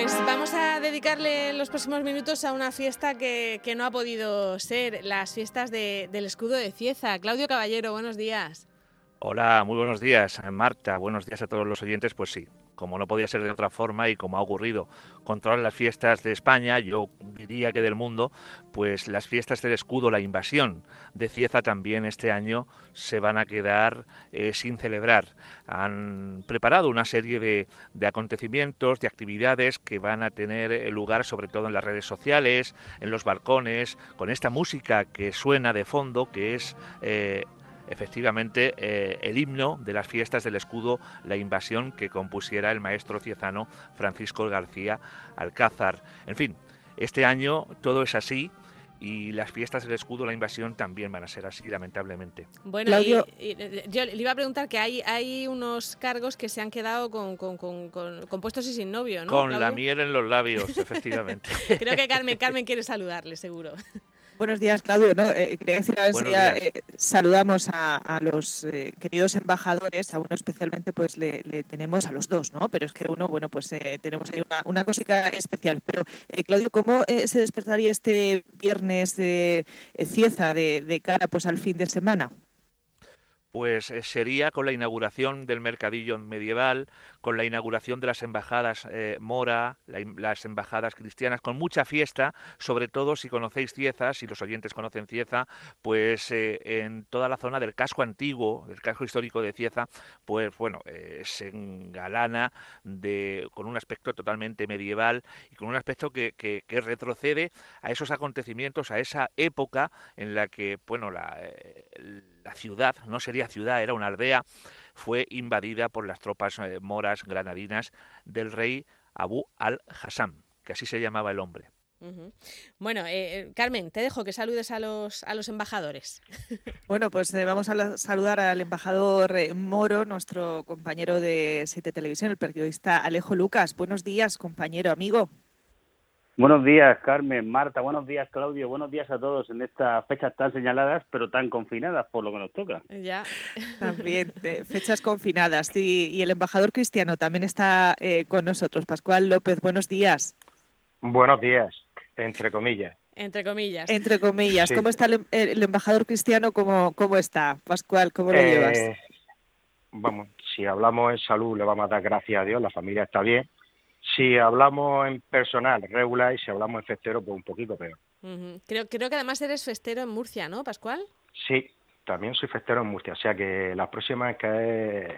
Pues vamos a dedicarle los próximos minutos a una fiesta que no ha podido ser, las fiestas del escudo de Cieza. Claudio Caballero, buenos días. Hola, muy buenos días, Marta. Buenos días a todos los oyentes. Pues sí, como no podía ser de otra forma y como ha ocurrido con todas las fiestas de España, yo diría que del mundo, pues las fiestas del escudo, la invasión de Cieza también este año se van a quedar sin celebrar. Han preparado una serie de acontecimientos, de actividades que van a tener lugar sobre todo en las redes sociales, en los balcones, con esta música que suena de fondo, que es efectivamente el himno de las fiestas del escudo, la invasión que compusiera el maestro ciezano Francisco García Alcázar. En fin, este año todo es así y las fiestas del escudo, la invasión también van a ser así, lamentablemente. Bueno, Claudio, y yo le iba a preguntar que hay unos cargos que se han quedado con puestos y sin novio, ¿no, Con Claudio? la miel en los labios, efectivamente. Creo que Carmen quiere saludarle, seguro. buenos días, Claudio. ¿No? Quería decir a ver si Buenos ya, días. saludamos a los queridos embajadores. A uno especialmente pues le tenemos a los dos, ¿no? Pero es que uno, bueno, pues tenemos ahí una cosita especial. Pero, Claudio, ¿cómo se despertaría este viernes de Cieza de cara pues al fin de semana? Pues sería con la inauguración del mercadillo medieval, con la inauguración de las embajadas mora, las embajadas cristianas, con mucha fiesta, sobre todo si conocéis Cieza, si los oyentes conocen Cieza, pues en toda la zona del casco antiguo, del casco histórico de Cieza, pues bueno, se engalana con un aspecto totalmente medieval y con un aspecto que retrocede a esos acontecimientos, a esa época en la que, bueno, la ciudad, no sería ciudad, era una aldea, fue invadida por las tropas moras granadinas del rey Abu al-Hassam, que así se llamaba el hombre. Uh-huh. Bueno, Carmen, te dejo que saludes a los embajadores. Bueno, pues vamos a saludar al embajador Moro, nuestro compañero de 7 Televisión, el periodista Alejo Lucas. Buenos días, compañero, amigo. Buenos días, Carmen, Marta, buenos días, Claudio, buenos días a todos en estas fechas tan señaladas, pero tan confinadas por lo que nos toca. Ya. También, fechas confinadas. Sí, y el embajador cristiano también está con nosotros. Pascual López, buenos días. Buenos días, entre comillas. Entre comillas. Entre comillas. Sí. ¿Cómo está el embajador cristiano? ¿Cómo está? Pascual, ¿cómo lo llevas? Vamos, si hablamos en salud le vamos a dar gracias a Dios, la familia está bien. Si hablamos en personal, regular, y si hablamos en festero, pues un poquito peor. Uh-huh. Creo que además eres festero en Murcia, ¿no, Pascual? Sí, también soy festero en Murcia, o sea que la próxima que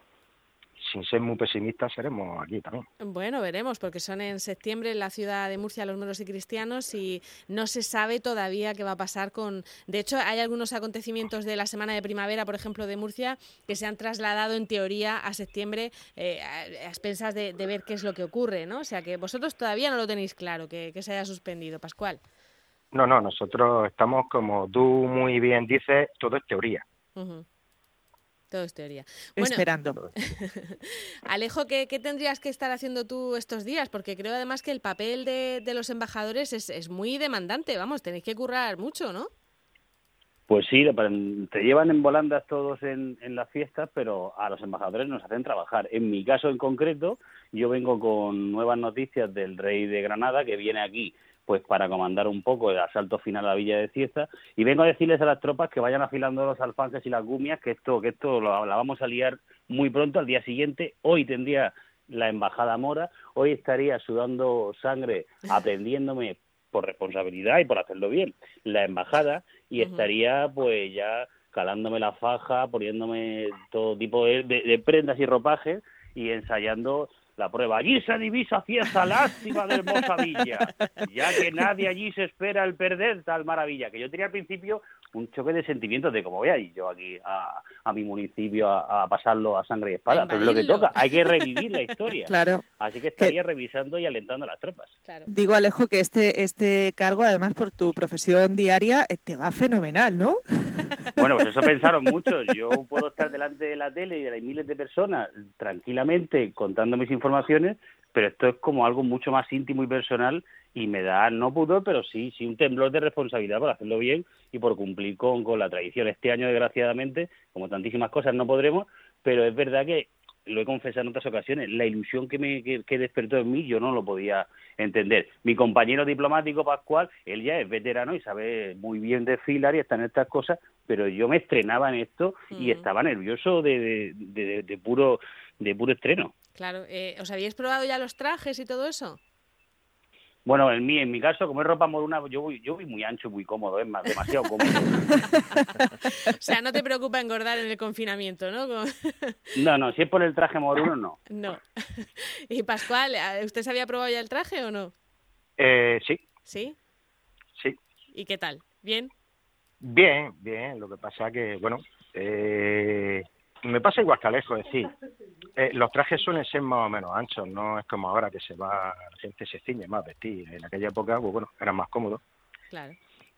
sin ser muy pesimistas, seremos aquí también. Bueno, veremos, porque son en septiembre en la ciudad de Murcia los moros y cristianos y no se sabe todavía qué va a pasar con... De hecho, hay algunos acontecimientos de la semana de primavera, por ejemplo, de Murcia, que se han trasladado en teoría a septiembre a expensas de ver qué es lo que ocurre, ¿no? O sea que vosotros todavía no lo tenéis claro, que se haya suspendido, Pascual. No, nosotros estamos, como tú muy bien dices, todo es teoría. Uh-huh. Todo es teoría. Bueno, esperando. Alejo, ¿qué tendrías que estar haciendo tú estos días? Porque creo además que el papel de los embajadores es muy demandante. Vamos, tenéis que currar mucho, ¿no? Pues sí, te llevan en volandas todos en las fiestas, pero a los embajadores nos hacen trabajar. En mi caso en concreto, yo vengo con nuevas noticias del rey de Granada, que viene aquí pues para comandar un poco el asalto final a la villa de Cieza, y vengo a decirles a las tropas que vayan afilando los alfanjes y las gumias, que esto la vamos a liar muy pronto, al día siguiente. Hoy tendría la embajada mora, hoy estaría sudando sangre, aprendiéndome por responsabilidad y por hacerlo bien la embajada, y estaría pues ya calándome la faja, poniéndome todo tipo de prendas y ropajes y ensayando la prueba. Allí se divisa Cieza, lástima de hermosa villa, ya que nadie allí se espera el perder tal maravilla. Que yo tenía al principio un choque de sentimientos de cómo voy a ir yo aquí a mi municipio a pasarlo a sangre y espada, pero es lo que toca, hay que revivir la historia. Claro. Así que estaría revisando y alentando a las tropas. Claro. Digo, Alejo, que este cargo, además por tu profesión diaria, te va fenomenal, ¿no? Bueno, pues eso pensaron muchos. Yo puedo estar delante de la tele y de las miles de personas tranquilamente contando mis informaciones, pero esto es como algo mucho más íntimo y personal y me da, no pudor, pero sí un temblor de responsabilidad por hacerlo bien y por cumplir con la tradición. Este año, desgraciadamente, como tantísimas cosas, no podremos, pero es verdad que lo he confesado en otras ocasiones, la ilusión que despertó en mí yo no lo podía entender. Mi compañero diplomático Pascual, él ya es veterano y sabe muy bien desfilar y está en estas cosas, pero yo me estrenaba en esto y estaba nervioso de puro estreno. Claro, ¿os habíais probado ya los trajes y todo eso? Bueno, en mi caso, como es ropa moruna, yo voy muy ancho, muy cómodo, es más, demasiado cómodo. O sea, no te preocupa engordar en el confinamiento, ¿no? No, si es por el traje moruno, no. No. Y Pascual, ¿usted se había probado ya el traje o no? Sí. ¿Sí? Sí. ¿Y qué tal? ¿Bien? Bien. Lo que pasa que, bueno, me pasa igual que Alejo, es decir, los trajes suelen ser más o menos anchos, no es como ahora que la gente se ciñe más vestir. En aquella época, pues bueno, eran más cómodos. Claro.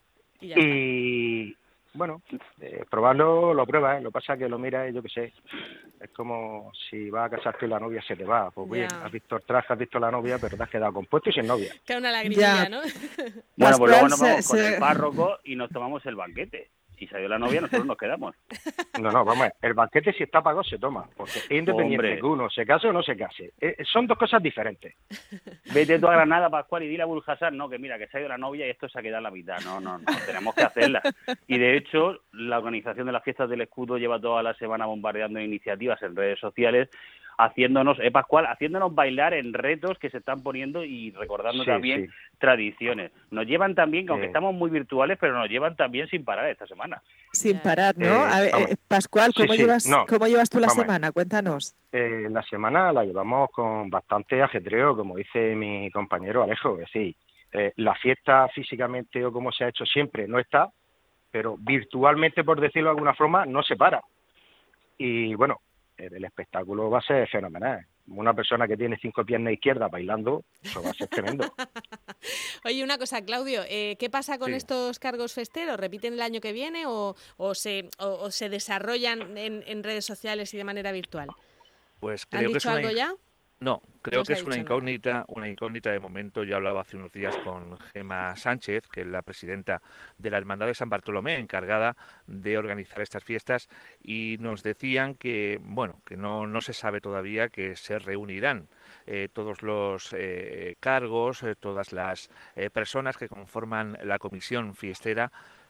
Y bueno, probarlo, lo pruebas, lo que pasa es que lo miras y yo qué sé, es como si vas a casarte y la novia se te va. Pues bien, has visto el traje, has visto la novia, pero te has quedado compuesto y sin novia. Queda una lagrimilla, ¿no? Bueno, pues luego nos vamos con el párroco y nos tomamos el banquete. Si salió la novia, nosotros nos quedamos. No, vamos a ver, el banquete si está pagado se toma, porque es independiente que uno se case o no se case. Son dos cosas diferentes. Vete tú a Granada, Pascual, y dile a Abul Hassan, no, que mira, que se ha ido la novia y esto se ha quedado a la mitad. No, tenemos que hacerla. Y de hecho, la organización de las fiestas del escudo lleva toda la semana bombardeando iniciativas en redes sociales, haciéndonos bailar en retos que se están poniendo y recordando también tradiciones. Nos llevan también, aunque estamos muy virtuales, pero nos llevan también sin parar esta semana. Sin parar, ¿no? A ver, Pascual, ¿cómo llevas tú la semana? Cuéntanos. La semana la llevamos con bastante ajetreo, como dice mi compañero Alejo. Es decir, la fiesta físicamente o como se ha hecho siempre no está, pero virtualmente, por decirlo de alguna forma, no se para. Y bueno, el espectáculo va a ser fenomenal. Una persona que tiene 5 piernas izquierdas bailando, eso va a ser tremendo. Oye, una cosa, Claudio, ¿qué pasa con estos cargos festeros? ¿Repiten el año que viene o se desarrollan en redes sociales y de manera virtual? Pues ¿Han creo dicho que algo ya? No, creo que es una incógnita de momento. Yo hablaba hace unos días con Gemma Sánchez, que es la presidenta de la Hermandad de San Bartolomé, encargada de organizar estas fiestas, y nos decían que, bueno, que no se sabe todavía, que se reunirán todos los cargos, todas las personas que conforman la comisión festera,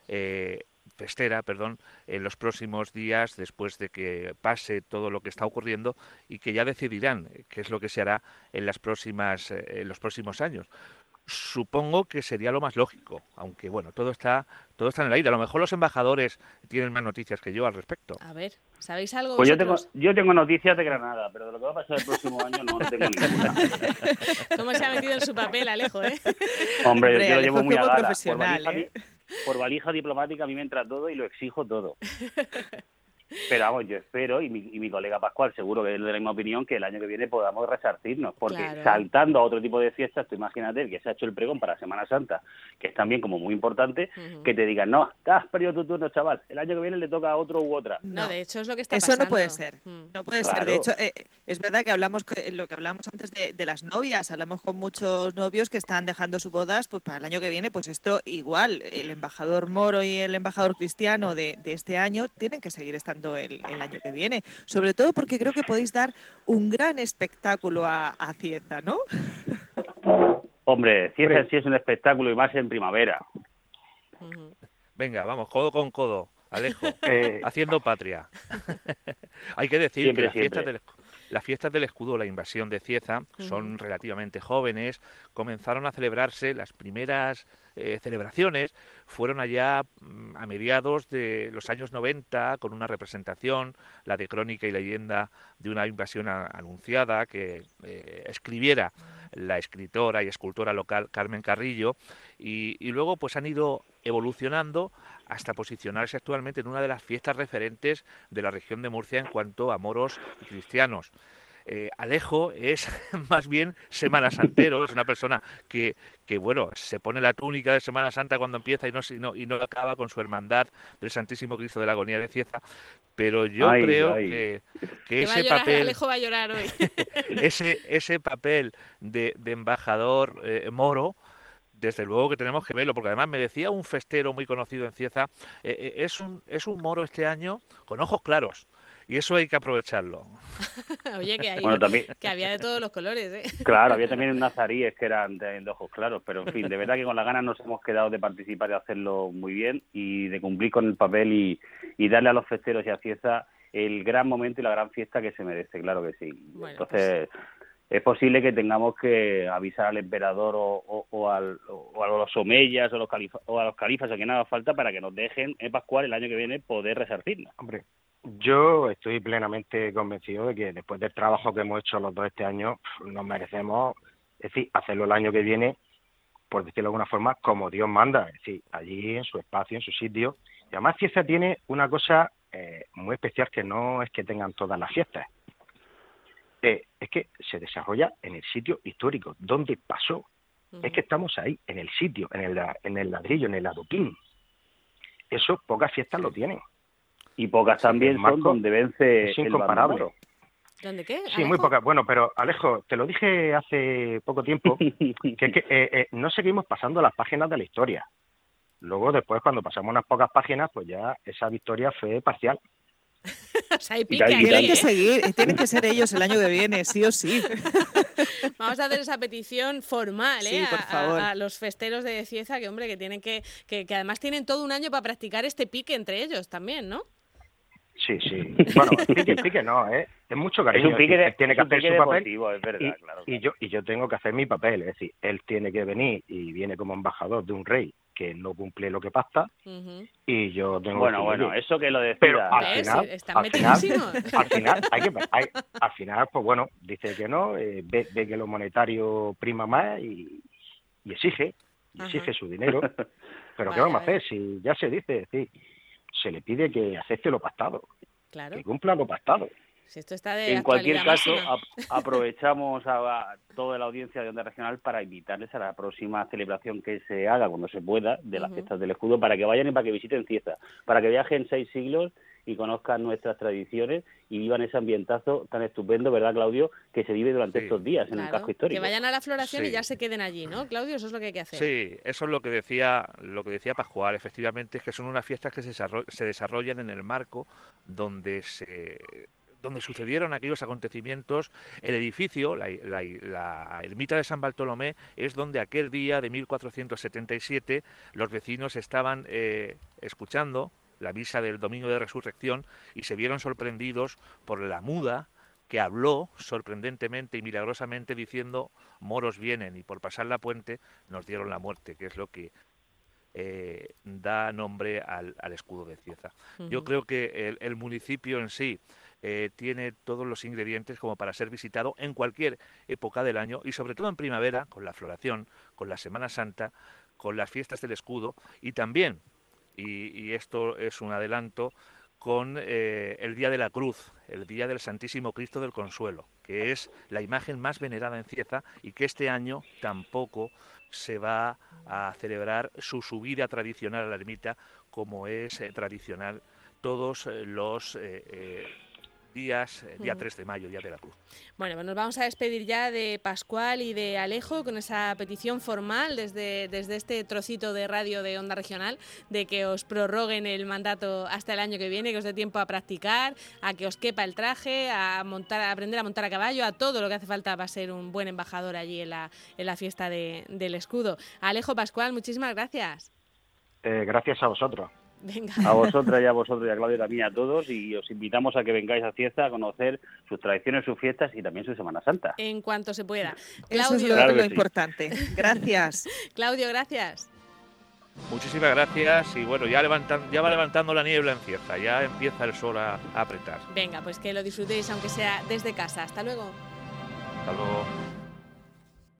en los próximos días, después de que pase todo lo que está ocurriendo, y que ya decidirán qué es lo que se hará en los próximos años. Supongo que sería lo más lógico, aunque bueno, todo está en el aire. A lo mejor los embajadores tienen más noticias que yo al respecto. A ver, ¿sabéis algo Pues vosotros? yo tengo noticias de Granada, pero de lo que va a pasar el próximo año no tengo ninguna. ¿Cómo se ha metido en su papel, Alejo, Hombre, yo lo llevo muy a gala. Profesional, Por valija diplomática a mí me entra todo y lo exijo todo. Pero vamos, yo espero, y mi colega Pascual seguro que es de la misma opinión, que el año que viene podamos resarcirnos, porque saltando a otro tipo de fiestas, tú imagínate que se ha hecho el pregón para Semana Santa, que es también como muy importante, que te digan, no, te has perdido tu turno, chaval, el año que viene le toca a otro u otra. No, de hecho es lo que está pasando. Eso no puede ser, no puede ser. De hecho, es verdad que hablamos, lo que hablamos antes de las novias, hablamos con muchos novios que están dejando sus bodas pues para el año que viene, pues esto igual, el embajador moro y el embajador cristiano de este año tienen que seguir estando el año que viene, sobre todo porque creo que podéis dar un gran espectáculo a Cieza, ¿no? Hombre, Cieza sí es un espectáculo y más en primavera. Venga, vamos, codo con codo, Alejo, haciendo patria. Hay que decir que las fiestas del escudo, la invasión de Cieza, son relativamente jóvenes. Comenzaron a celebrarse, las primeras celebraciones fueron allá a mediados de los años 90, con una representación, la de Crónica y Leyenda de una invasión anunciada, que escribiera la escritora y escultora local Carmen Carrillo, y luego pues han ido evolucionando hasta posicionarse actualmente en una de las fiestas referentes de la región de Murcia en cuanto a moros y cristianos. Alejo es más bien Semana Santero, es una persona que bueno, se pone la túnica de Semana Santa cuando empieza y no acaba con su hermandad del Santísimo Cristo de la Agonía de Cieza, pero yo creo que ese papel, Alejo va a llorar hoy. ese papel de embajador moro, desde luego que tenemos que verlo, porque además me decía un festero muy conocido en Cieza, es un moro este año con ojos claros. Y eso hay que aprovecharlo. Oye, Bueno, también, que había de todos los colores, ¿eh? claro, había también nazaríes que eran de ojos claros, pero en fin, de verdad que con las ganas nos hemos quedado de participar y hacerlo muy bien y de cumplir con el papel y darle a los festeros y a Cieza el gran momento y la gran fiesta que se merece, claro que sí. Bueno, entonces, es posible que tengamos que avisar al emperador o a los omeyas o a los califas a quien haga falta para que nos dejen en Pascual el año que viene poder resarcirnos. Hombre, yo estoy plenamente convencido de que después del trabajo que hemos hecho los dos este año, nos merecemos, es decir, hacerlo el año que viene, por decirlo de alguna forma, como Dios manda, es decir, allí en su espacio, en su sitio. Y además Cieza tiene una cosa muy especial que no es que tengan todas las fiestas. Es que se desarrolla en el sitio histórico, donde pasó. Es que estamos ahí, en el sitio, en el ladrillo, en el adoquín. Eso pocas fiestas lo tienen. Y pocas también son donde vence es incomparable. el bando. ¿Dónde qué? Sí, muy pocas. Bueno, pero Alejo, te lo dije hace poco tiempo, que no seguimos pasando las páginas de la historia. Luego, después, cuando pasamos unas pocas páginas, pues ya esa victoria fue parcial. O sea, hay pique Tienen aquí, que ¿eh? seguir, tienen que ser ellos el año que viene, sí o sí. Vamos a hacer esa petición formal, Sí, ¿eh? por favor. A los festeros de Cieza, que hombre, que tienen que además tienen todo un año para practicar este pique entre ellos también, ¿no? Sí. Bueno, pique no, es mucho cariño. Es un pique, Él tiene que hacer su papel es verdad, claro. y yo tengo que hacer mi papel. Es decir, él tiene que venir y viene como embajador de un rey que no cumple lo que pacta, y yo tengo Bueno, eso que lo decida. Pero al final, pues bueno, dice que no, ve que lo monetario prima más y exige su dinero. Pero ¿qué vamos a hacer? Si ya se dice, es decir, se le pide que acepte lo pactado, claro, que cumpla lo pactado. Si esto está de en cualquier caso, máxima. aprovechamos a toda la audiencia de Onda Regional para invitarles a la próxima celebración que se haga cuando se pueda de las fiestas del escudo, para que vayan y para que visiten Cieza, para que viajen 6 siglos y conozcan nuestras tradiciones y vivan ese ambientazo tan estupendo, ¿verdad, Claudio?, que se vive durante estos días en el casco histórico. Que vayan a la floración y ya se queden allí, ¿no, Claudio? Eso es lo que hay que hacer. Sí, eso es lo que decía Pascual. Efectivamente, es que son unas fiestas que se desarrollan en el marco donde sucedieron aquellos acontecimientos. El edificio, la ermita de San Bartolomé, es donde aquel día de 1477 los vecinos estaban escuchando la misa del Domingo de Resurrección y se vieron sorprendidos por la muda que habló sorprendentemente y milagrosamente diciendo: moros vienen, y por pasar la puente nos dieron la muerte, que es lo que da nombre al escudo de Cieza. Yo creo que el municipio en sí tiene todos los ingredientes como para ser visitado en cualquier época del año, y sobre todo en primavera, con la floración, con la Semana Santa, con las fiestas del escudo, y también, y esto es un adelanto, con el Día de la Cruz, el Día del Santísimo Cristo del Consuelo, que es la imagen más venerada en Cieza y que este año tampoco se va a celebrar su subida tradicional a la ermita, como es tradicional todos los días, día 3 de mayo, Día de la Cruz. Bueno, pues nos vamos a despedir ya de Pascual y de Alejo con esa petición formal desde este trocito de radio de Onda Regional, de que os prorroguen el mandato hasta el año que viene, que os dé tiempo a practicar, a que os quepa el traje, a aprender a montar a caballo, a todo lo que hace falta para ser un buen embajador allí en la fiesta del escudo. Alejo, Pascual, muchísimas gracias. Gracias a vosotros. Venga. A vosotros y a Claudio también, a todos, y os invitamos a que vengáis a Cieza a conocer sus tradiciones, sus fiestas y también su Semana Santa. En cuanto se pueda. Eso es lo importante. Gracias. Claudio, gracias. Muchísimas gracias, y bueno, ya va levantando la niebla en Cieza, ya empieza el sol a apretar. Venga, pues que lo disfrutéis aunque sea desde casa. Hasta luego. Hasta luego.